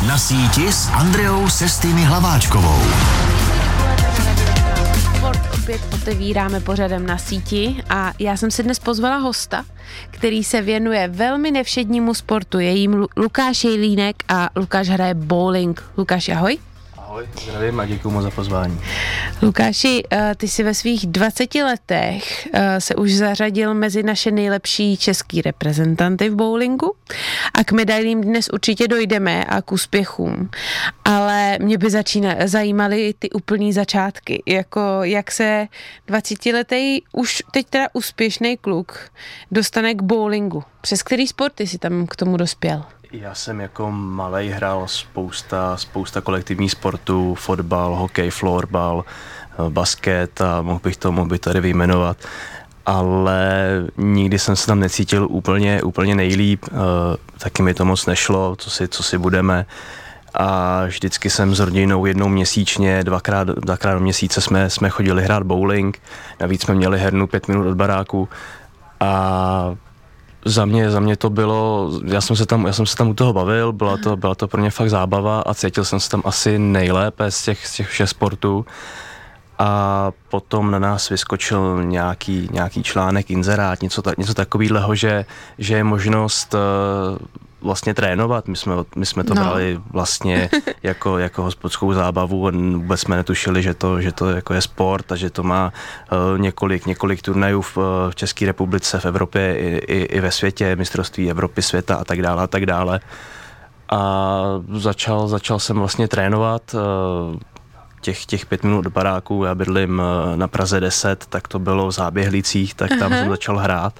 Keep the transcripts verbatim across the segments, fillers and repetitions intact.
Na síti s Andreou Sestými Hlaváčkovou. Sport opět otevíráme pořadem Na síti a já jsem si dnes pozvala hosta, který se věnuje velmi nevšednímu sportu. Je jím Lukáš Jelínek a Lukáš hraje bowling. Lukáš, ahoj. Ahoj, zdravím a děkuju moc za pozvání. Lukáši, ty si ve svých dvaceti letech se už zařadil mezi naše nejlepší český reprezentanty v bowlingu a k medailím dnes určitě dojdeme a k úspěchům. Ale mě by začína, zajímaly ty úplný začátky, jako jak se dvacetiletý už teď teda úspěšný kluk dostane k bowlingu. Přes který sporty si tam k tomu dospěl? Já jsem jako malej hrál spousta, spousta kolektivních sportů, fotbal, hokej, florbal, basket a mohl bych to, mohl bych tady vyjmenovat. Ale nikdy jsem se tam necítil úplně, úplně nejlíp, taky mi to moc nešlo, co si, co si budeme. A vždycky jsem s rodinou jednou měsíčně, dvakrát, dvakrát do měsíce jsme, jsme chodili hrát bowling, navíc jsme měli hernu pět minut od baráku a Za mě, za mě to bylo, já jsem se tam, já jsem se tam u toho bavil, byla to, byla to pro mě fakt zábava a cítil jsem se tam asi nejlépe z těch, z těch všech sportů. A potom na nás vyskočil nějaký, nějaký článek, inzerát, něco, ta, něco takového, že, že je možnost uh, vlastně trénovat. My jsme, my jsme to no. brali vlastně jako, jako hospodskou zábavu a vůbec jsme netušili, že to, že to jako je sport a že to má uh, několik, několik turnajů v, v České republice, v Evropě i, i, i ve světě, mistrovství Evropy, světa a tak dále a tak dále. A začal, začal jsem vlastně trénovat uh, těch, těch pět minut do baráku. Já bydlím na Praze deset, tak to bylo v Záběhlicích, tak tam uh-huh. jsem začal hrát.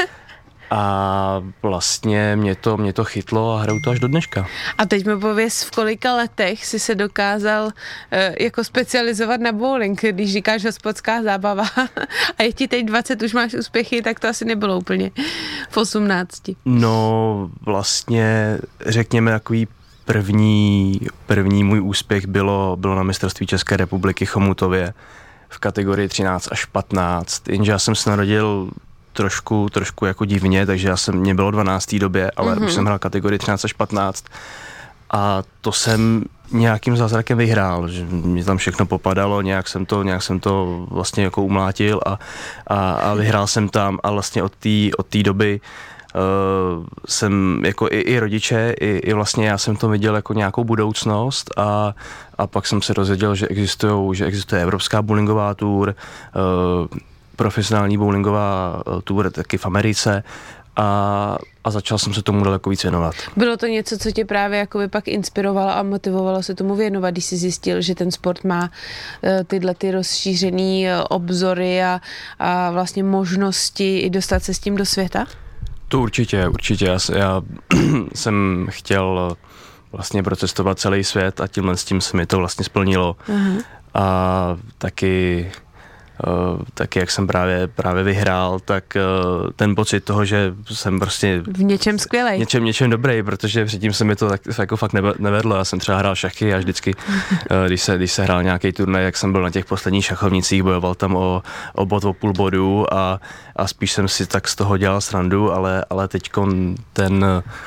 A vlastně mě to, mě to chytlo a hraju to až do dneška. A teď mi pověz, v kolika letech jsi se dokázal uh, jako specializovat na bowling, když říkáš hospodská zábava a je ti teď dvacet, už máš úspěchy, tak to asi nebylo úplně v osmnácti. No vlastně řekněme takový první, první můj úspěch bylo, bylo na mistrovství České republiky Chomutově v kategorii třináct až patnáct, jenže já jsem se narodil trošku, trošku jako divně, takže já jsem, mě bylo dvanáct v době, ale mm-hmm. už jsem hrál kategorii třináct až patnáct a to jsem nějakým zázrakem vyhrál, že mě tam všechno popadalo, nějak jsem to, nějak jsem to vlastně jako umlátil a, a, a vyhrál jsem tam a vlastně od té od té doby Uh, jsem jako i, i rodiče, i, i vlastně já jsem to viděl jako nějakou budoucnost a, a pak jsem se dozvěděl, že existujou, že existuje Evropská bowlingová tour, uh, profesionální bowlingová tour taky v Americe a, a začal jsem se tomu daleko víc věnovat. Bylo to něco, co tě právě jakoby pak inspirovalo a motivovalo se tomu věnovat, když jsi zjistil, že ten sport má uh, tyhle ty rozšířený uh, obzory a, a vlastně možnosti i dostat se s tím do světa? To určitě, určitě. Já, já jsem chtěl vlastně procestovat celý svět a tímhle s tím se mi to vlastně splnilo. Uh-huh. A taky, uh, taky jak jsem právě, právě vyhrál, tak uh, ten pocit toho, že jsem prostě v něčem skvělej. Něčem, něčem dobrý, protože předtím se mi to tak, jako fakt nevedlo. Já jsem třeba hrál šachy a vždycky, uh, když, se, když se hrál nějaký turnaj, jak jsem byl na těch posledních šachovnicích, bojoval tam o, o bod, o půl bodu a, a spíš jsem si tak z toho dělal srandu, ale, ale teďkon ten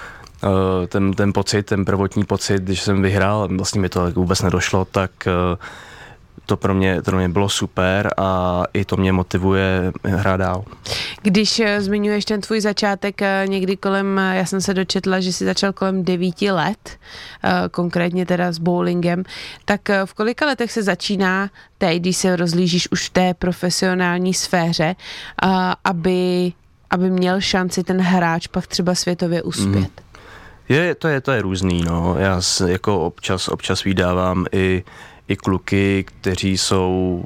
Uh, ten, ten pocit, ten prvotní pocit, když jsem vyhrál, vlastně mi to vůbec nedošlo, tak uh, to pro mě, to pro mě bylo super a i to mě motivuje hrát dál. Když zmiňuješ ten tvůj začátek někdy kolem, já jsem se dočetla, že jsi začal kolem devíti let, konkrétně teda s bowlingem, tak v kolika letech se začíná teď, když se rozlížíš už v té profesionální sféře, aby, aby měl šanci ten hráč pak třeba světově uspět? Mm. Je, to je, to je různý, no. Já jako občas, občas vydávám i, i kluky, kteří jsou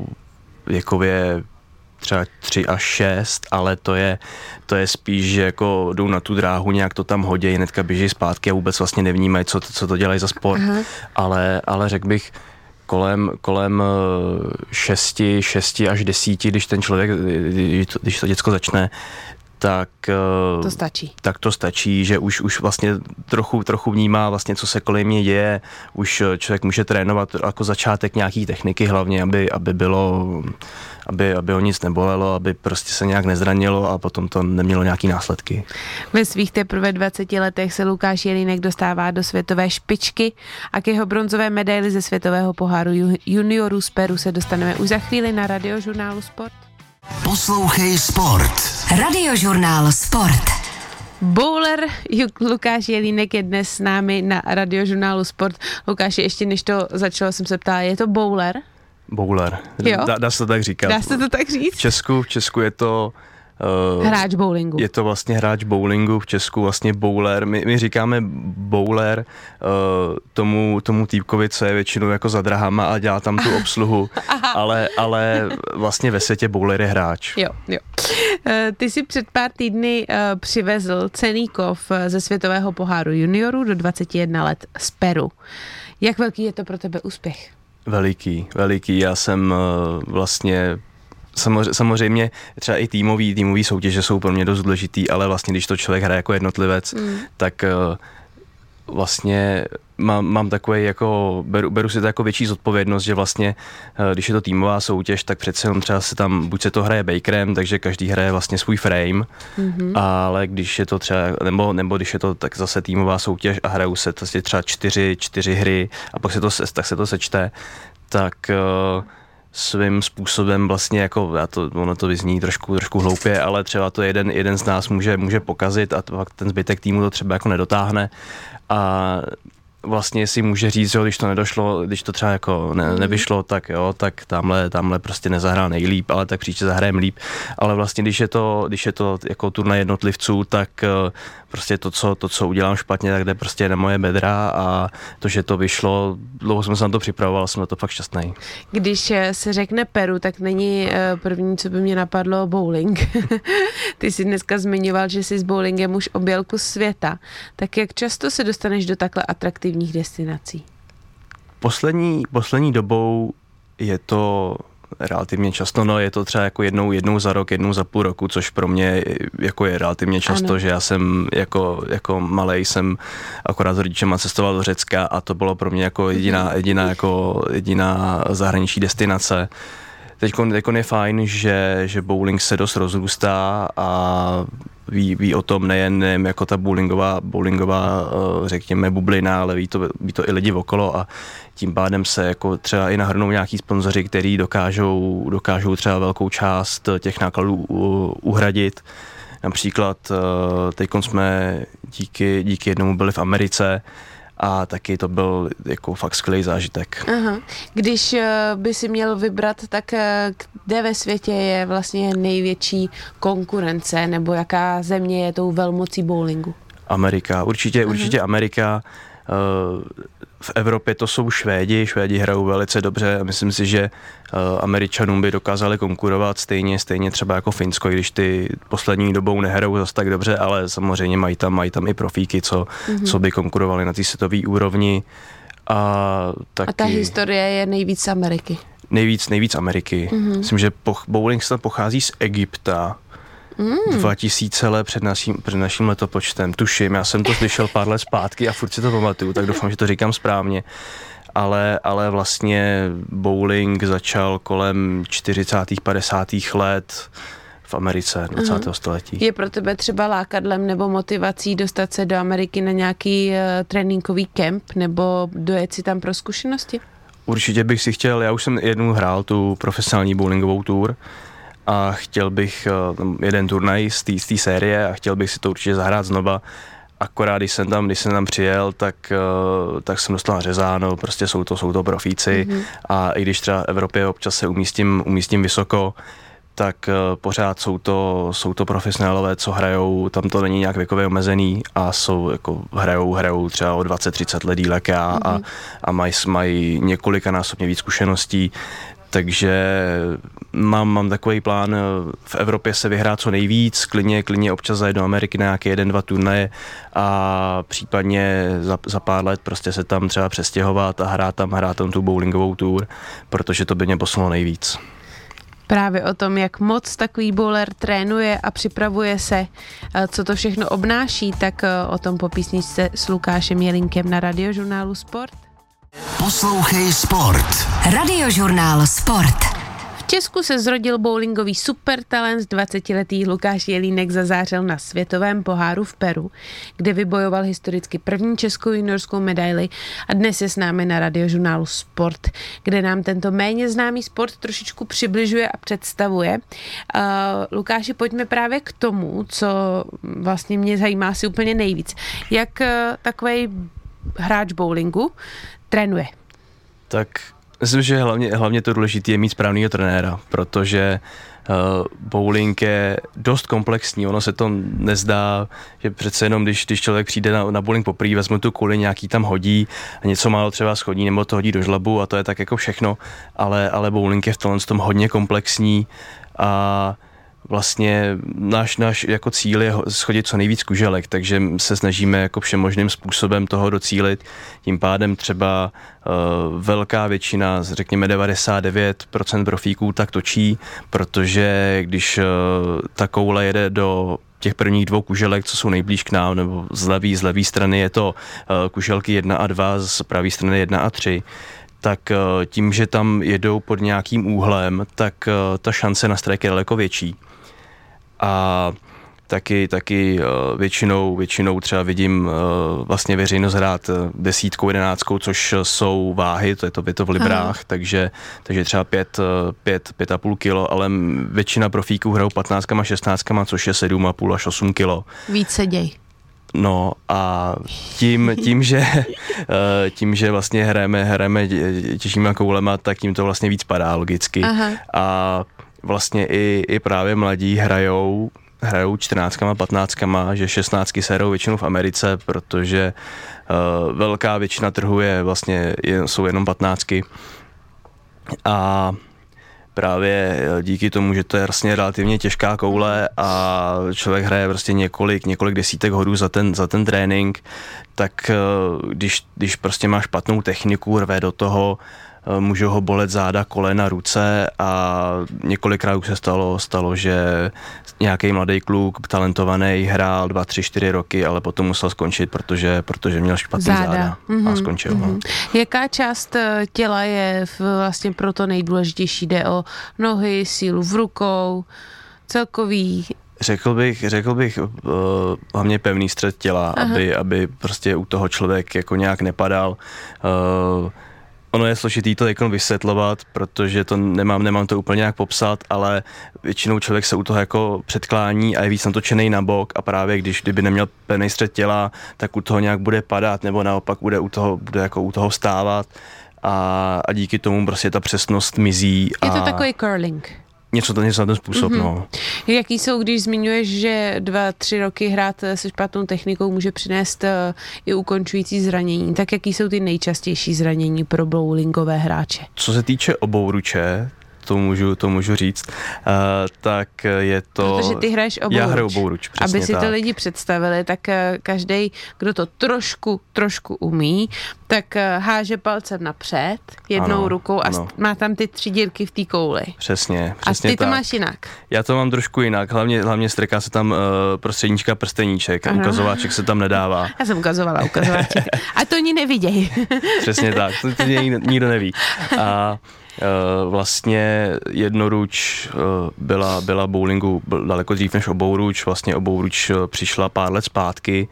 věkově třeba tři až šest, ale to je, to je spíš, že jako jdou na tu dráhu, nějak to tam hodí, hnedka běží zpátky a vůbec vlastně nevnímají, co, co to dělají za sport. Ale, ale řekl bych, kolem, kolem šesti, šesti až desíti, když ten člověk, když to, když to děcko začne, tak to stačí. Tak to stačí, že už, už vlastně trochu, trochu vnímá vlastně, co se kolem mě děje, už člověk může trénovat jako začátek nějaký techniky hlavně, aby, aby bylo, aby, aby ho nic nebolelo, aby prostě se nějak nezranilo a potom to nemělo nějaký následky. Ve svých teprve dvaceti letech se Lukáš Jelínek dostává do světové špičky a k jeho bronzové medaili ze světového poháru juniorů z Peru se dostaneme už za chvíli na Radiožurnálu Sport. Poslouchej Sport. Radiožurnál Sport. Bowler Lukáš Jelínek je dnes s námi na Radiožurnálu Sport. Lukáši, ještě než to začalo, jsem se ptala, je to bowler? Bowler. Dá, dá se to tak říkat. Dá se to tak říct? V Česku, v Česku je to Uh, hráč bowlingu. Je to vlastně hráč bowlingu, v Česku vlastně bowler. My, my říkáme bowler uh, tomu, tomu týpkovi, co je většinou jako za drahama a dělá tam tu obsluhu, ale, ale vlastně ve světě bowler je hráč. Jo, jo. Uh, ty si před pár týdny uh, přivezl cenný kov ze světového poháru juniorů do dvaceti jedné let z Peru. Jak velký je to pro tebe úspěch? Veliký, veliký. Já jsem uh, vlastně Samozřejmě třeba i týmový, týmový soutěže jsou pro mě dost důležitý, ale vlastně když to člověk hraje jako jednotlivec, mm. tak vlastně mám, mám takový jako, beru, beru si to jako větší zodpovědnost, že vlastně, když je to týmová soutěž, tak přece jenom třeba se tam, buď se to hraje bakerem, takže každý hraje vlastně svůj frame, mm-hmm. ale když je to třeba, nebo, nebo když je to tak zase týmová soutěž a hrajou se vlastně třeba čtyři, čtyři hry a pak se to, tak se to sečte, tak svým způsobem vlastně jako, já to, ono to vyzní trošku, trošku hloupě, ale třeba to jeden, jeden z nás může, může pokazit a to, ten zbytek týmu to třeba jako nedotáhne a vlastně si může říct, že když to nedošlo, když to třeba jako ne, nevyšlo, tak jo, tak tamhle, tamhle prostě nezahrál nejlíp, ale tak příště zahrajem líp, ale vlastně když je to, když je to jako turnaj jednotlivců, tak prostě to, co, to, co udělám špatně, tak jde prostě na moje bedra a to, že to vyšlo, dlouho jsem se na to připravoval, jsem na to fakt šťastný. Když se řekne Peru, tak není první, co by mě napadlo, bowling. Ty jsi dneska zmiňoval, že jsi s bowlingem už objel kus světa. Tak jak často se dostaneš do takhle atraktivních destinací? Poslední, poslední dobou je to relativně často, no je to třeba jako jednou, jednou za rok, jednou za půl roku, což pro mě jako je relativně často, ano. Že já jsem jako, jako malej jsem akorát s rodičema cestoval do Řecka a to bylo pro mě jako jediná, jediná, jako jediná zahraniční destinace. Teďkon, teďkon je fajn, že, že bowling se dost rozrůstá a ví, ví o tom nejen, nejen jako ta bowlingová, bowlingová, řekněme, bublina, ale ví to, ví to i lidi okolo a tím pádem se jako třeba i nahrnou nějaký sponzoři, který dokážou, dokážou třeba velkou část těch nákladů uhradit. Například teďkon jsme díky, díky jednomu byli v Americe, a taky to byl jako fakt skvělý zážitek. Aha. Když by si měl vybrat, tak kde ve světě je vlastně největší konkurence, nebo jaká země je tou velmocí bowlingu? Amerika, určitě, Aha. určitě Amerika. V Evropě to jsou Švédi, Švédi hrajou velice dobře a myslím si, že Američanům by dokázali konkurovat stejně, stejně třeba jako Finsko, i když ty poslední dobou nehrajou zase tak dobře, ale samozřejmě mají tam, mají tam i profíky, co, mm-hmm. co by konkurovali na té světové úrovni. A, taky, a ta historie je nejvíc z Ameriky. Nejvíc, nejvíc Ameriky. Mm-hmm. Myslím, že poch, bowling se pochází z Egypta. Mm. dva tisíce let před naším, před naším letopočtem, tuším, já jsem to slyšel pár let zpátky a furt si to pamatuju, tak doufám, že to říkám správně, ale, ale vlastně bowling začal kolem čtyřicátých padesátých let v Americe dvacátého Uh-huh. století. Je pro tebe třeba lákadlem nebo motivací dostat se do Ameriky na nějaký uh, tréninkový kemp nebo dojet si tam pro zkušenosti? Určitě bych si chtěl, já už jsem jednou hrál tu profesionální bowlingovou tour, a chtěl bych uh, jeden turnaj z té série a chtěl bych si to určitě zahrát znova. Akorát, když jsem tam, když jsem tam přijel, tak, uh, tak jsem dostal řezáno, prostě jsou to, jsou to profíci mm-hmm. a i když třeba v Evropě občas se umístím, umístím vysoko, tak uh, pořád jsou to, jsou to profesionálové, co hrajou, tam to není nějak věkově omezený a jsou, jako, hrajou, hrajou třeba o dvacet třicet let díl jak já mm-hmm. a, a mají, mají několikanásobně víc zkušeností. Takže mám, mám takový plán v Evropě se vyhrát co nejvíc, klidně, klidně občas zajet do Ameriky na nějaké jeden, dva turnaje a případně za, za pár let prostě se tam třeba přestěhovat a hrát tam, hrát tam tu bowlingovou tour, protože to by mě posunulo nejvíc. Právě o tom, jak moc takový bowler trénuje a připravuje se, co to všechno obnáší, tak o tom po písničce s Lukášem Jelínkem na Radiožurnálu Sport. Poslouchej Sport. Radiožurnál Sport. V Česku se zrodil bowlingový supertalent, dvacetiletý Lukáš Jelínek zazářil na světovém poháru v Peru, kde vybojoval historicky první českou juniorskou medaili a dnes je s námi na Radiožurnálu Sport, kde nám tento méně známý sport trošičku přibližuje a představuje. Uh, Lukáši, pojďme právě k tomu, co vlastně mě zajímá asi úplně nejvíc. Jak uh, takovej hráč bowlingu trénuje? Tak myslím, že hlavně, hlavně to důležité je mít správného trenéra, protože uh, bowling je dost komplexní, ono se to nezdá, že přece jenom, když, když člověk přijde na, na bowling poprvé, vezme tu kuli, nějaký tam hodí a něco málo třeba schodí, nebo to hodí do žlabu a to je tak jako všechno, ale, ale bowling je v tomhle tom hodně komplexní a vlastně náš, náš jako cíl je schodit co nejvíc kuželek, takže se snažíme jako všemožným způsobem toho docílit. Tím pádem třeba uh, velká většina, řekněme devadesát devět procent profíků tak točí, protože když uh, ta koule jede do těch prvních dvou kuželek, co jsou nejblíž k nám, nebo z levé, z levé strany je to uh, kuželky jedna a dva, z pravé strany jedna a tři, tak uh, tím, že tam jedou pod nějakým úhlem, tak uh, ta šance na strike je daleko větší. A taky, taky uh, většinou, většinou třeba vidím uh, vlastně veřejnost hrát desítkou, jedenáctkou, což jsou váhy, to je to, je to v librách, takže, takže třeba pět, pět, pět a půl kilo, ale většina profíků hrajou patnáctkama, šestnáctkama, což je sedm a půl až osm kilo. Víc seděj. No a tím, tím, že, tím, že vlastně hrajeme, hrajeme těžšíma koulema, tak tím to vlastně víc padá logicky. Aha. A vlastně i, i právě mladí hrajou, hrajou čtrnáctkama, patnáctkama, že šestnáctky se hrajou většinou v Americe, protože uh, velká většina trhu je vlastně, je, jsou jenom patnáctky. A právě díky tomu, že to je vlastně relativně těžká koule a člověk hraje prostě několik, několik desítek hodů za ten, za ten trénink, tak když, když prostě má špatnou techniku, rve do toho, můžou ho bolet záda, kolena, ruce a několikrát už se stalo, stalo, že nějaký mladý kluk, talentovaný, hrál dva, tři, čtyři roky, ale potom musel skončit, protože, protože měl špatný záda, záda mm-hmm, a skončil. Mm-hmm. No. Jaká část těla je vlastně proto nejdůležitější? Jde o nohy, sílu v rukou, celkový... Řekl bych, řekl bych uh, hlavně pevný střed těla, aby, aby prostě u toho člověk jako nějak nepadal. Uh, Ono je složitý to jako vysvětlovat, protože to nemám, nemám to úplně jak popsat, ale většinou člověk se u toho jako předklání a je víc natočený na bok a právě když kdyby neměl pevný střed těla, tak u toho nějak bude padat nebo naopak bude u toho, bude jako u toho vstávat a, a díky tomu prostě ta přesnost mizí. Je to a takový curling. Něco, něco na ten způsob, mm-hmm. no. Jaký jsou, když zmiňuješ, že dva, tři roky hrát se špatnou technikou může přinést uh, i ukončující zranění, tak jaký jsou ty nejčastější zranění pro bowlingové hráče? Co se týče obouruče, to můžu, to můžu říct, uh, tak je to... Protože ty hraješ obouruč. Já hraju obouruč, přesně Aby si tak. to lidi představili, tak uh, každej, kdo to trošku, trošku umí, tak uh, háže palcem napřed, jednou ano, rukou a ano. má tam ty tři dírky v té kouli. Přesně, přesně A ty tak. to máš jinak. Já to mám trošku jinak, hlavně, hlavně strká se tam uh, prostředníčka prsteníček, ano. Ukazováček se tam nedává. Já jsem ukazovala ukazováček. A to oni nevidějí. Přesně tak, to, to nikdo, nikdo neví. A Uh, vlastně jednoruč uh, byla, byla bowlingu daleko dřív než obouruč, vlastně obouruč uh, přišla pár let zpátky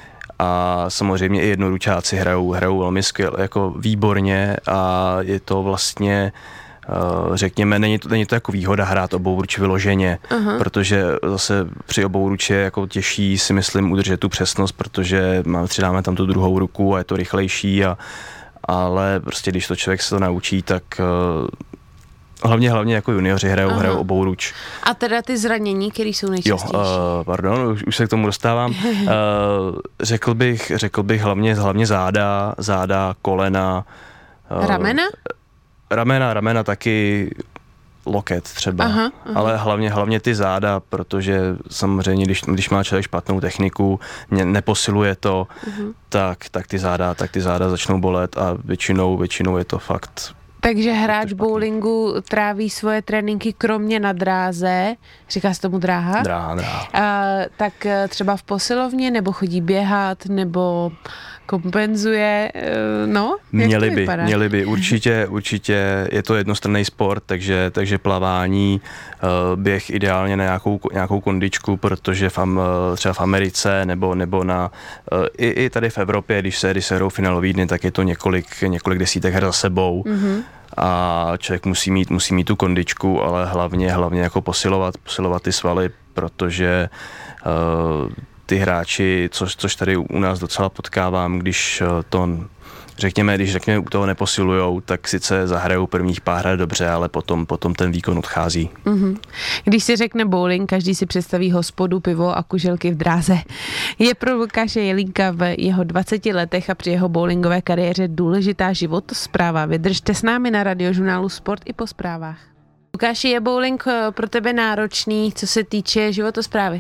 a samozřejmě i jednoručáci hrajou, hrajou velmi skvěle, jako výborně a je to vlastně Uh, řekněme, není to, není to jako výhoda hrát obouruč vyloženě, uh-huh. protože zase při obouruči je jako těžší si myslím udržet tu přesnost, protože máme, přidáme tam tu druhou ruku a je to rychlejší a ale prostě když to člověk se to naučí, tak uh, hlavně hlavně jako junioři hrajou, hrajou obouruč. A teda ty zranění, které jsou nejčastější? Jo, uh, pardon, už, už se k tomu dostávám. uh, řekl bych, řekl bych hlavně, hlavně záda, záda, kolena. Uh, ramena? Ramena, ramena taky, loket třeba, aha, aha. ale hlavně, hlavně ty záda, protože samozřejmě, když, když má člověk špatnou techniku, ne, neposiluje to, uh-huh. tak, tak, ty záda, tak ty záda začnou bolet a většinou, většinou je to fakt Takže hráč bowlingu tráví svoje tréninky kromě na dráze, říká se tomu dráha? Dráha, dráha. A, tak třeba v posilovně, nebo chodí běhat, nebo kompenzuje, no? Jak měli to by, vypadá? měli by, určitě, určitě je to jednostranný sport, takže, takže plavání, běh ideálně na nějakou, nějakou kondičku, protože v, třeba v Americe nebo, nebo na, i, i tady v Evropě, když se, když se hrajou finálový dny, tak je to několik, několik desítek her za sebou. Mm-hmm. A člověk musí mít, musí mít tu kondičku, ale hlavně, hlavně jako posilovat, posilovat ty svaly, protože uh, ty hráči, což, což tady u nás docela potkávám, když to, řekněme, když řekněme, u toho neposilujou, tak sice zahrajou prvních pár her dobře, ale potom, potom ten výkon odchází. Mm-hmm. Když se řekne bowling, každý si představí hospodu, pivo a kuželky v dráze. Je pro Lukáše Jelínka v jeho dvaceti letech a při jeho bowlingové kariéře důležitá životospráva. Vydržte s námi na Radiožurnálu Sport i po zprávách. Lukáši, je bowling pro tebe náročný, co se týče životosprávy?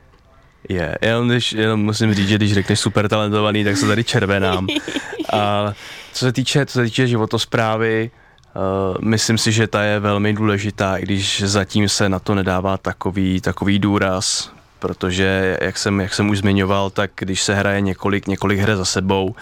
Je, jenom, když, jenom musím říct, že když řekneš super talentovaný, tak se tady červenám. A co se týče, co se týče životosprávy, uh, myslím si, že ta je velmi důležitá, i když zatím se na to nedává takový, takový důraz, protože, jak jsem, jak jsem už zmiňoval, tak když se hraje několik, několik her za sebou,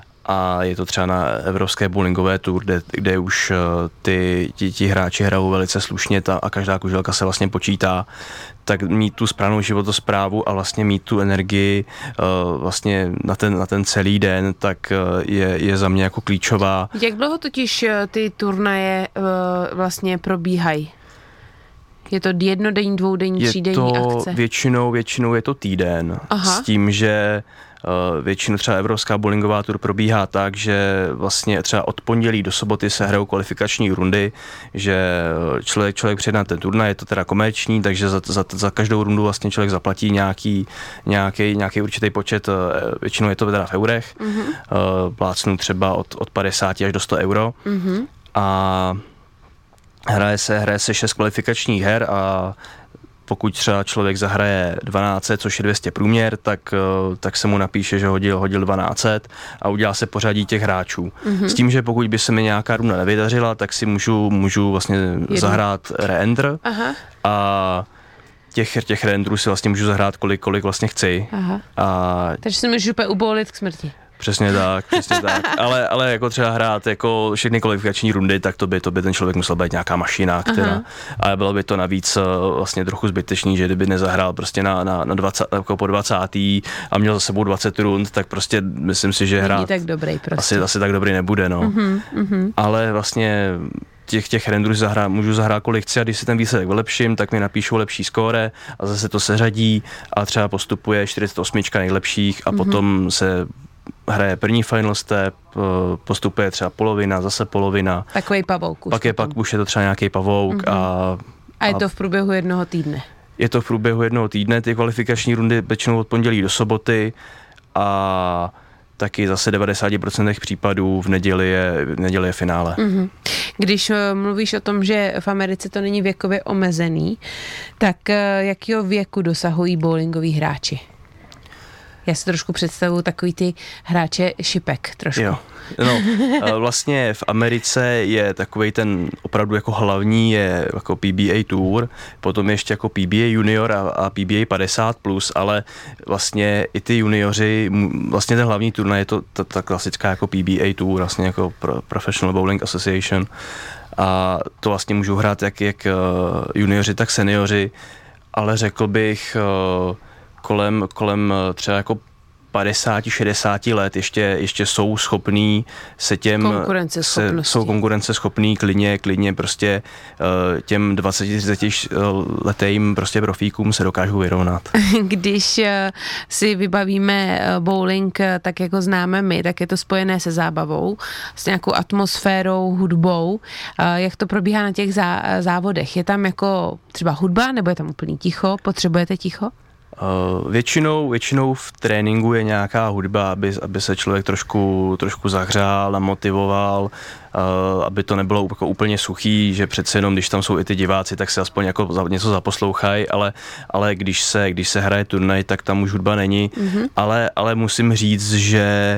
a je to třeba na Evropské bowlingové tour, kde, kde už ty, ti, ti hráči hrajou velice slušně ta, a každá kuželka se vlastně počítá, tak mít tu správnou životosprávu a vlastně mít tu energii uh, vlastně na ten, na ten celý den, tak uh, je, je za mě jako klíčová. Jak dlouho totiž ty turnaje uh, vlastně probíhají? Je to jednodenní, dvoudenní, třídenní akce? Většinou, většinou je to týden. Aha. S tím, že Uh, většinou třeba Evropská bowlingová tour probíhá tak, že vlastně třeba od pondělí do soboty se hrajou kvalifikační rundy, že člověk, člověk přijde na ten turnaj, je to teda komerční, takže za, za, za každou rundu vlastně člověk zaplatí nějaký, nějaký, nějaký určitý počet, většinou je to teda v eurech, mm-hmm. uh, plácnu třeba od, od padesát až do sto euro. Mm-hmm. A hraje se, hraje se šest kvalifikačních her a pokud třeba člověk zahraje dvanáct set, což je dvě stě průměr, tak, tak se mu napíše, že hodil, hodil dvanáct set a udělá se pořadí těch hráčů. Mm-hmm. S tím, že pokud by se mi nějaká runda nevydařila, tak si můžu, můžu vlastně Jednou. zahrát re-enter a těch, těch re-enterů si vlastně můžu zahrát kolik, kolik vlastně chci. Aha. A takže si můžu úplně uboulit k smrti. Přesně tak, přesně tak. Ale, ale jako třeba hrát jako všechny kvalifikační rundy, tak to by, to by ten člověk musel být nějaká mašina, která, Aha. ale bylo by to navíc vlastně trochu zbytečný, že kdyby nezahrál prostě na, na, na dvacet, jako po dvacátý a měl za sebou dvacet rund, tak prostě myslím si, že hrát tak dobrý prostě. asi, asi tak dobrý nebude, no. Uh-huh, uh-huh. Ale vlastně těch, těch renderů zahrá, můžu zahrát kolik chci a když si ten výsledek vylepším, tak mi napíšou lepší skóre a zase to seřadí a třeba postupuje čtyřicet osm nejlepších a uh-huh. potom se hraje první final step, postupuje třeba polovina, zase polovina. Takový pavouk už. Pak je pak už je to třeba nějaký pavouk. Mm-hmm. a, a je to v průběhu jednoho týdne? Je to v průběhu jednoho týdne, ty kvalifikační rundy většinou od pondělí do soboty a taky zase devadesát procent případů v neděli je, v neděli je finále. Mm-hmm. Když mluvíš o tom, že v Americe to není věkově omezený, tak jakého věku dosahují bowlingoví hráči? Já si trošku představuji takový ty hráče šipek trošku. Jo. No, vlastně v Americe je takovej ten opravdu jako hlavní je jako P B A Tour, potom ještě jako P B A Junior a, a P B A padesát plus, ale vlastně i ty junioři, vlastně ten hlavní turnaj je to ta, ta klasická jako P B A Tour, vlastně jako Pro, Professional Bowling Association a to vlastně můžou hrát jak, jak junioři, tak seniori, ale řekl bych kolem, kolem třeba jako padesát šedesát let ještě, ještě jsou schopní se těm se, jsou konkurenceschopní klidně, klidně prostě těm dvacet třicet letým prostě profíkům se dokážou vyrovnat. Když si vybavíme bowling tak jako známe my, tak je to spojené se zábavou, s nějakou atmosférou, hudbou. Jak to probíhá na těch závodech? Je tam jako třeba hudba nebo je tam úplný ticho? Potřebujete ticho? Uh, většinou, většinou v tréninku je nějaká hudba, aby, aby se člověk trošku, trošku zahřál, namotivoval, uh, aby to nebylo jako úplně suchý, že přece jenom, když tam jsou i ty diváci, tak se aspoň jako za, něco zaposlouchají, ale, ale když, se, když se hraje turnaj, tak tam už hudba není, mm-hmm. ale, ale musím říct, že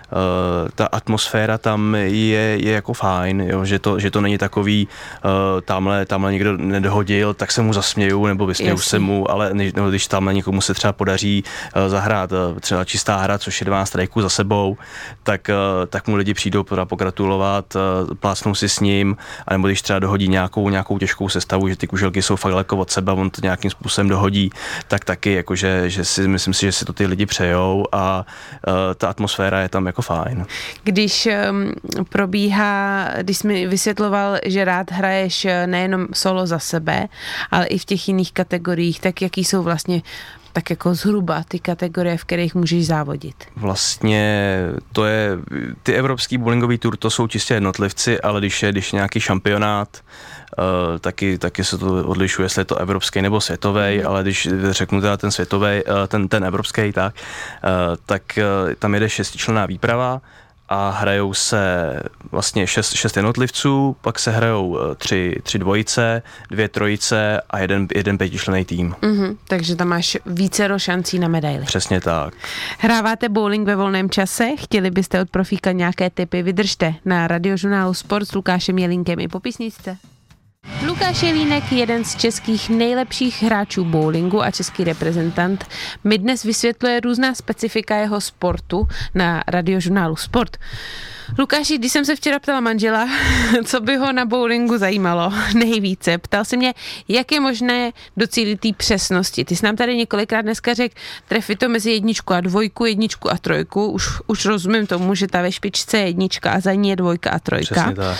ta atmosféra tam je, je jako fajn, jo, že, to, že to není takový, uh, tamhle, tamhle někdo nedohodil, tak se mu zasměju nebo vysměju se mu, ale nebo když tamhle někomu se třeba podaří uh, zahrát uh, třeba čistá hra, což je dvanáct strajků za sebou, tak, uh, tak mu lidi přijdou pogratulovat, uh, plácnou si s ním, anebo když třeba dohodí nějakou, nějakou těžkou sestavu, že ty kuželky jsou fakt daleko od sebe, on to nějakým způsobem dohodí, tak taky, jakože, že si, myslím si, že si to ty lidi přejou a uh, ta atmosféra je tam jako fajn. Když um, probíhá, když jsi mi vysvětloval, že rád hraješ nejenom solo za sebe, ale i v těch jiných kategoriích, tak jaký jsou vlastně tak jako zhruba ty kategorie, v kterých můžeš závodit? Vlastně to je, ty evropský bowlingový tur, to jsou čistě jednotlivci, ale když je, když je nějaký šampionát, Uh, taky, taky se to odlišuje, jestli je to evropský nebo světový, mm. ale když řeknu teda ten světový, uh, ten, ten evropský, tak, uh, tak uh, tam jede šestičlenná výprava a hrajou se vlastně šest, šest jednotlivců, pak se hrajou tři, tři dvojice, dvě trojice a jeden, jeden pětičlenný tým. Mm-hmm, takže tam máš vícero šancí na medaili. Přesně tak. Hráváte bowling ve volném čase? Chtěli byste od profíka nějaké tipy? Vydržte na Radiožurnálu Sport s Lukášem Jelínkem i po písničce. Lukáš Jelínek, jeden z českých nejlepších hráčů bowlingu a český reprezentant, mi dnes vysvětluje různá specifika jeho sportu na Radiožurnálu Sport. Lukáši, když jsem se včera ptala manžela, co by ho na bowlingu zajímalo nejvíce, ptal se mě, jak je možné docílit té přesnosti. Ty jsi nám tady několikrát dneska řekl, trefy to mezi jedničku a dvojku, jedničku a trojku. Už, už rozumím tomu, že ta ve špičce je jednička a za ní je dvojka a trojka. Přesně tak.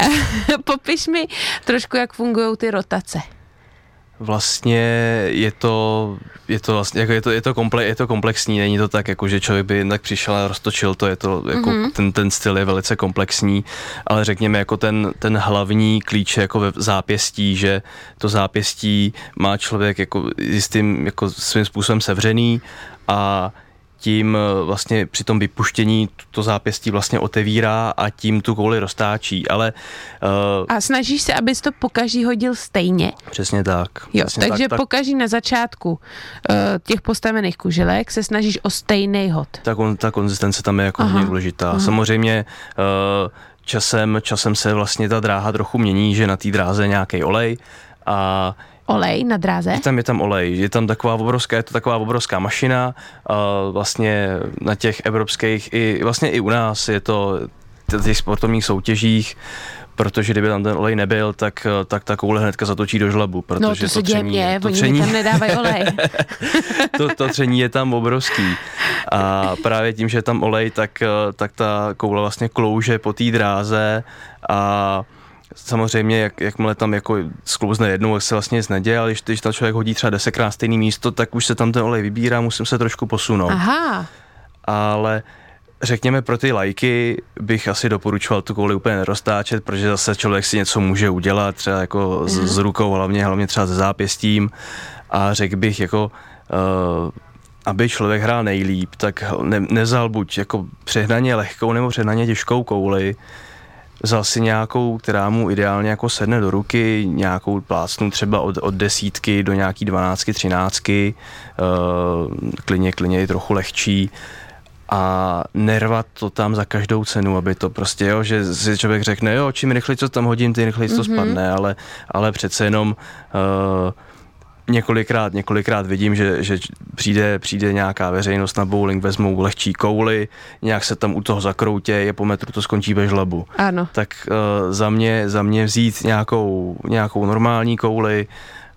Popiš mi trošku, jak fungují ty rotace. Vlastně je to, je to vlastně, jako je to, je to, komple, je to komplexní, není to tak, jako že člověk by jen tak přišel a roztočil to, je to, jako mm-hmm. ten, ten styl je velice komplexní, ale řekněme, jako ten, ten hlavní klíč je jako ve zápěstí, že to zápěstí má člověk jako jistým, jako svým způsobem sevřený a tím vlastně při tom vypuštění to zápěstí vlastně otevírá a tím tu kouli roztáčí, ale... Uh, a snažíš se, abys to pokaždý hodil stejně? Přesně tak. Jo, přesně takže tak, pokaždý na začátku uh, těch postavených kuželek se snažíš o stejný hod. Tak on, ta konzistence tam je jako hodně důležitá. Aha. Samozřejmě uh, časem, časem se vlastně ta dráha trochu mění, že na té dráze je nějaký olej a olej na dráze? Je tam, je tam olej, je tam taková obrovská, je to taková obrovská mašina, uh, vlastně na těch evropských, i vlastně i u nás je to v těch sportovních soutěžích, protože kdyby tam ten olej nebyl, tak, tak ta koule hnedka zatočí do žlabu, protože no, to, to se tření, mě, to oni tření, tam nedávají olej. to, to tření je tam obrovský a právě tím, že je tam olej, tak, tak ta koule vlastně klouže po té dráze a samozřejmě, jak, jakmile tam jako sklouzne jednou, tak se vlastně nic neděje, ale když, když tam člověk hodí třeba desetkrát stejný místo, tak už se tam ten olej vybírá, musím se trošku posunout. Aha. Ale řekněme, pro ty lajky bych asi doporučoval tu kouli úplně neroztáčet, protože zase člověk si něco může udělat, třeba jako mm. s, s rukou, hlavně, hlavně třeba se zápěstím a řekl bych jako uh, aby člověk hrál nejlíp, tak ne, nezal buď jako přehnaně lehkou nebo přehnaně těžkou kouli, vzal si nějakou, která mu ideálně jako sedne do ruky, nějakou plácnu třeba od, od desítky do nějaký dvanáctky, třináctky, uh, klidně, klidně i trochu lehčí a nervat to tam za každou cenu, aby to prostě, jo, že si člověk řekne, jo, čím rychleji to tam hodím, tím rychleji to mm-hmm. spadne, ale, ale přece jenom uh, Několikrát, několikrát vidím, že, že přijde, přijde nějaká veřejnost na bowling, vezmou lehčí kouli, nějak se tam u toho zakroutě, je po metru, to skončí ve žlabu. Ano. Tak uh, za mě, za mě vzít nějakou, nějakou normální kouli.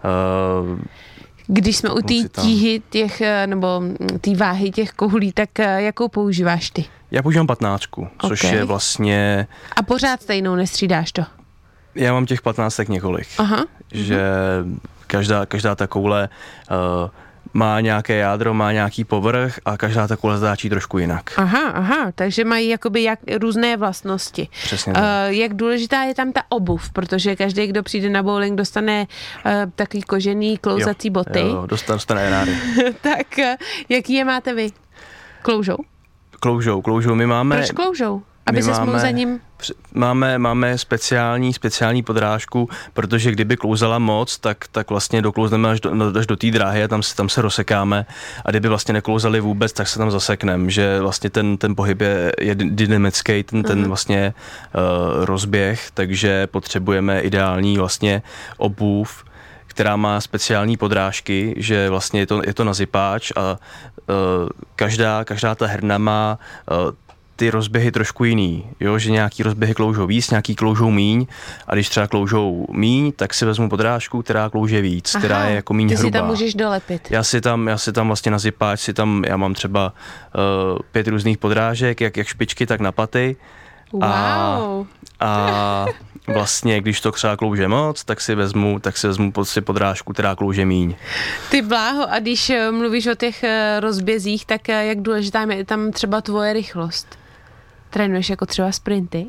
Uh, Když jsme u té tíhy těch, nebo té váhy těch koulí, tak jakou používáš ty? Já používám patnáctku, což okay. je vlastně... A pořád stejnou, nestřídáš to? Já mám těch patnáctek několik. Aha. Že každá, každá ta koule uh, má nějaké jádro, má nějaký povrch a každá ta koule zdáčí trošku jinak. Aha, aha, takže mají jakoby jak různé vlastnosti. Přesně tak. Uh, jak důležitá je tam ta obuv, protože každý, kdo přijde na bowling, dostane uh, takový kožený klouzací jo, boty. Jo, dostane, dostane rády. Tak uh, jaký je máte vy? Kloužou? Kloužou, kloužou. My máme... Proč kloužou? Aby se máme... mohl za ním Máme, máme speciální, speciální podrážku, protože kdyby klouzala moc, tak, tak vlastně doklouzneme až do, až do té dráhy a tam, tam se rozsekáme a kdyby vlastně neklouzali vůbec, tak se tam zasekneme, že vlastně ten, ten pohyb je, je dynamický, ten, ten vlastně uh, rozběh, takže potřebujeme ideální vlastně obuv, která má speciální podrážky, že vlastně je to, je to na zipáč a uh, každá, každá ta herna má uh, ty rozběhy trošku jiný, jo? Že nějaký rozběhy kloužou víc, nějaký kloužou míň a když třeba kloužou míň, tak si vezmu podrážku, která klouže víc, Aha, která je jako míň ty hrubá. Ty si tam můžeš dolepit. Já si tam, já si tam vlastně na zipáč, si tam, já mám třeba uh, pět různých podrážek, jak, jak špičky, tak na paty. Wow. A, a vlastně, když to třeba klouže moc, tak si vezmu, tak si vezmu si podrážku, která klouže míň. Ty bláho, a když mluvíš o těch rozbězích, tak jak důležitá je tam třeba tvoje rychlost? Trénuješ jako třeba sprinty?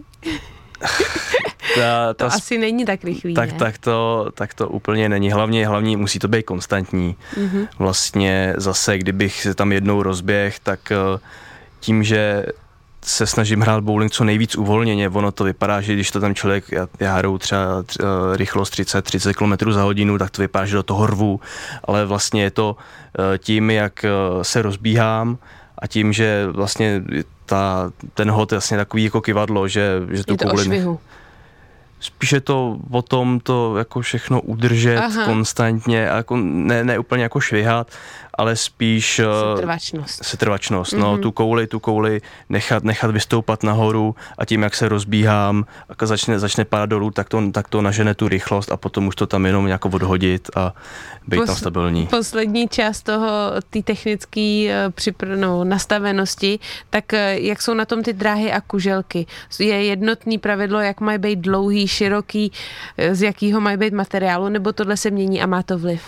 Ta, ta, to asi není tak rychlý, tak, ne? tak, to, tak to úplně není. Hlavně, hlavně musí to být konstantní. Mm-hmm. Vlastně zase, kdybych se tam jednou rozběh, tak tím, že se snažím hrát bowling co nejvíc uvolněně, ono to vypadá, že když to tam člověk, já, já hraju třeba tři, rychlost třicet třicet kilometrů za hodinu, tak to vypadá, že do toho rvu, ale vlastně je to tím, jak se rozbíhám a tím, že vlastně ta, ten hod je vlastně takový jako kyvadlo, že, že tu je to kouli... o švihu. Spíš je to o tom to jako všechno udržet Aha. konstantně a jako ne, ne úplně jako švihat, ale spíš setrvačnost. Setrvačnost, mm-hmm. no, tu kouli, tu kouli nechat, nechat vystoupat nahoru a tím, jak se rozbíhám a začne, začne pádat dolů, tak to, tak to nažene tu rychlost a potom už to tam jenom nějak odhodit a být Pos, tam stabilní. Poslední část toho, té technické připr- no, nastavenosti, tak jak jsou na tom ty dráhy a kuželky? Je jednotný pravidlo, jak mají být dlouhý, široký, z jakého mají být materiálu, nebo tohle se mění a má to vliv?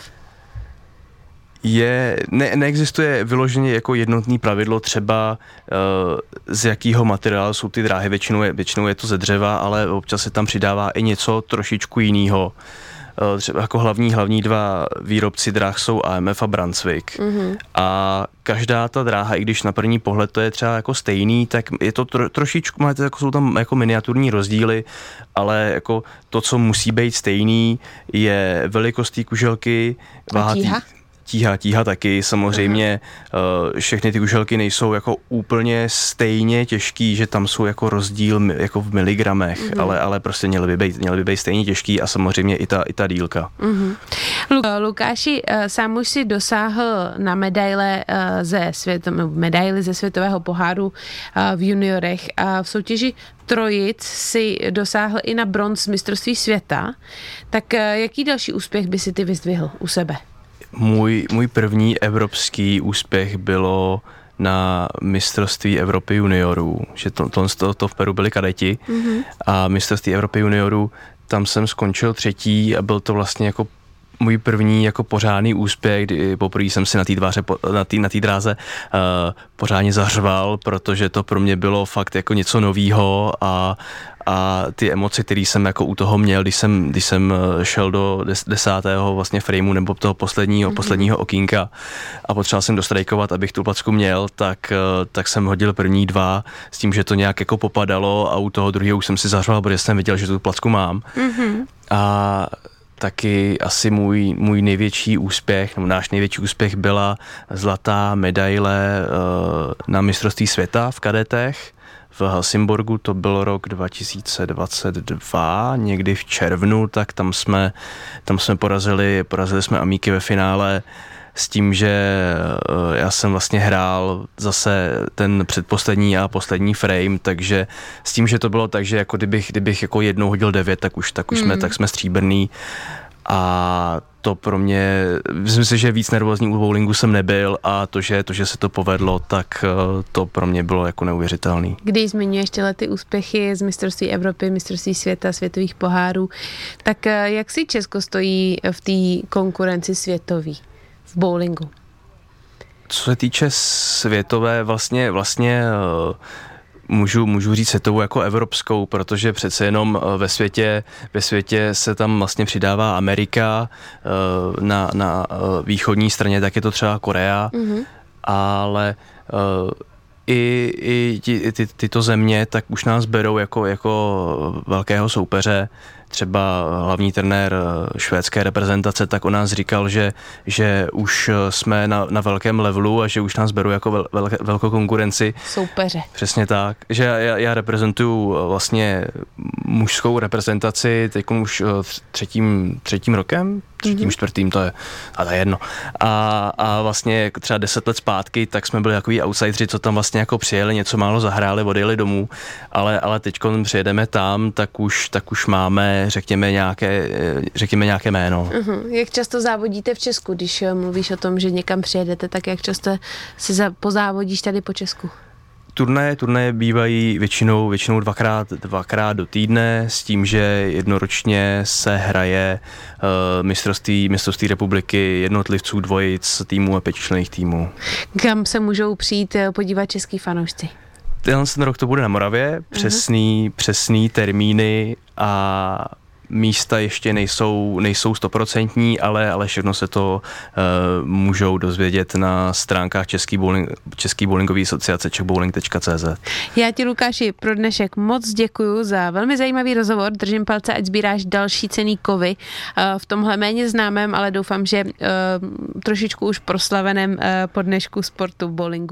Je, ne, neexistuje vyloženě jako jednotný pravidlo třeba uh, z jakého materiálu jsou ty dráhy, většinou je, většinou je to ze dřeva, ale občas se tam přidává i něco trošičku jiného. Uh, třeba jako hlavní, hlavní dva výrobci dráh jsou A M F a Brunswick. Mm-hmm. A každá ta dráha, i když na první pohled to je třeba jako stejný, tak je to tro, trošičku, máte, jako jsou tam jako miniaturní rozdíly, ale jako to, co musí být stejný, je velikost té kuželky, váha Tíha, tíha taky, samozřejmě uh, všechny ty kuželky nejsou jako úplně stejně těžký, že tam jsou jako rozdíl jako v miligramech, mm-hmm. ale, ale prostě měly by být, měly by být stejně těžký a samozřejmě i ta, i ta dílka. Mm-hmm. Lukáši, sám už si dosáhl na medaile ze svět, medaily ze světového poháru v juniorech a v soutěži trojic si dosáhl i na bronz mistrovství světa, tak jaký další úspěch by si ty vyzdvihl u sebe? Můj, můj první evropský úspěch bylo na mistrovství Evropy juniorů, že to, to, to, to v Peru byli kadeti mm-hmm. a mistrovství Evropy juniorů, tam jsem skončil třetí a byl to vlastně jako můj první jako pořádný úspěch, kdy poprvé jsem si na té dváře, na té na té dráze uh, pořádně zařval, protože to pro mě bylo fakt jako něco novýho a a ty emoce, které jsem jako u toho měl, když jsem, když jsem šel do des, desátého vlastně frameu nebo toho posledního, mm-hmm. posledního okýnka a potřeboval jsem dostrajkovat, abych tu placku měl, tak, tak jsem hodil první dva s tím, že to nějak jako popadalo a u toho druhého už jsem si zařval, protože jsem viděl, že tu placku mám. Mm-hmm. A taky asi můj, můj největší úspěch, nebo náš největší úspěch byla zlatá medaile uh, na mistrovství světa v kadetech v Helsingborgu, to byl rok dva tisíce dvacet dva, někdy v červnu, tak tam jsme, tam jsme porazili, porazili jsme Amíky ve finále s tím, že já jsem vlastně hrál zase ten předposlední a poslední frame, takže s tím, že to bylo tak, že jako kdybych, kdybych jako jednou hodil devět, tak už, tak už mm. jsme, tak jsme stříbrný a to pro mě, myslím si, že víc nervózní u bowlingu jsem nebyl a to, že, to, že se to povedlo, tak to pro mě bylo jako neuvěřitelný. Když zmiňuješ tyhle ty úspěchy z mistrovství Evropy, mistrovství světa, světových pohárů, tak jak si Česko stojí v té konkurenci světový v bowlingu? Co se týče světové, vlastně, vlastně Můžu, můžu říct světovou jako evropskou, protože přece jenom ve světě, ve světě se tam vlastně přidává Amerika, na, na východní straně tak je to třeba Korea, mm-hmm. ale i, i ty, ty, tyto země tak už nás berou jako, jako velkého soupeře. Třeba hlavní trenér švédské reprezentace, tak o nás říkal, že, že už jsme na, na velkém levelu a že už nás berou jako vel, vel, velkou konkurenci. Soupeře. Přesně tak. Že já, já reprezentuju vlastně mužskou reprezentaci teď už třetím, třetím rokem, třetím, mm-hmm. čtvrtým, to je, a to je jedno. A, a vlastně třeba deset let zpátky, tak jsme byli takový outsideri, co tam vlastně jako přijeli, něco málo zahráli, odjeli domů, ale, ale teď, když přijedeme tam, tak už, tak už máme, řekněme, nějaké, řekněme nějaké jméno. Uh-huh. Jak často závodíte v Česku, když mluvíš o tom, že někam přijedete, tak jak často si za, pozávodíš tady po Česku? Turnaje, turnaje bývají většinou, většinou dvakrát, dvakrát do týdne s tím, že jednoročně se hraje uh, mistrovství, mistrovství republiky jednotlivců, dvojic, týmů a pětičlenných týmů. Kam se můžou přijít podívat český fanoušci? Tenhle ten rok to bude na Moravě, přesný, uh-huh. přesný termíny a místa ještě nejsou, nejsou stoprocentní, ale, ale všechno se to uh, můžou dozvědět na stránkách Český, bowling, Český bowlingový asociace czech bowling tečka cé zet. Já ti, Lukáši, pro dnešek moc děkuju za velmi zajímavý rozhovor. Držím palce, ať sbíráš další cenný kovy uh, v tomhle méně známém, ale doufám, že uh, trošičku už proslaveném uh, po dnešku sportu bowlingu.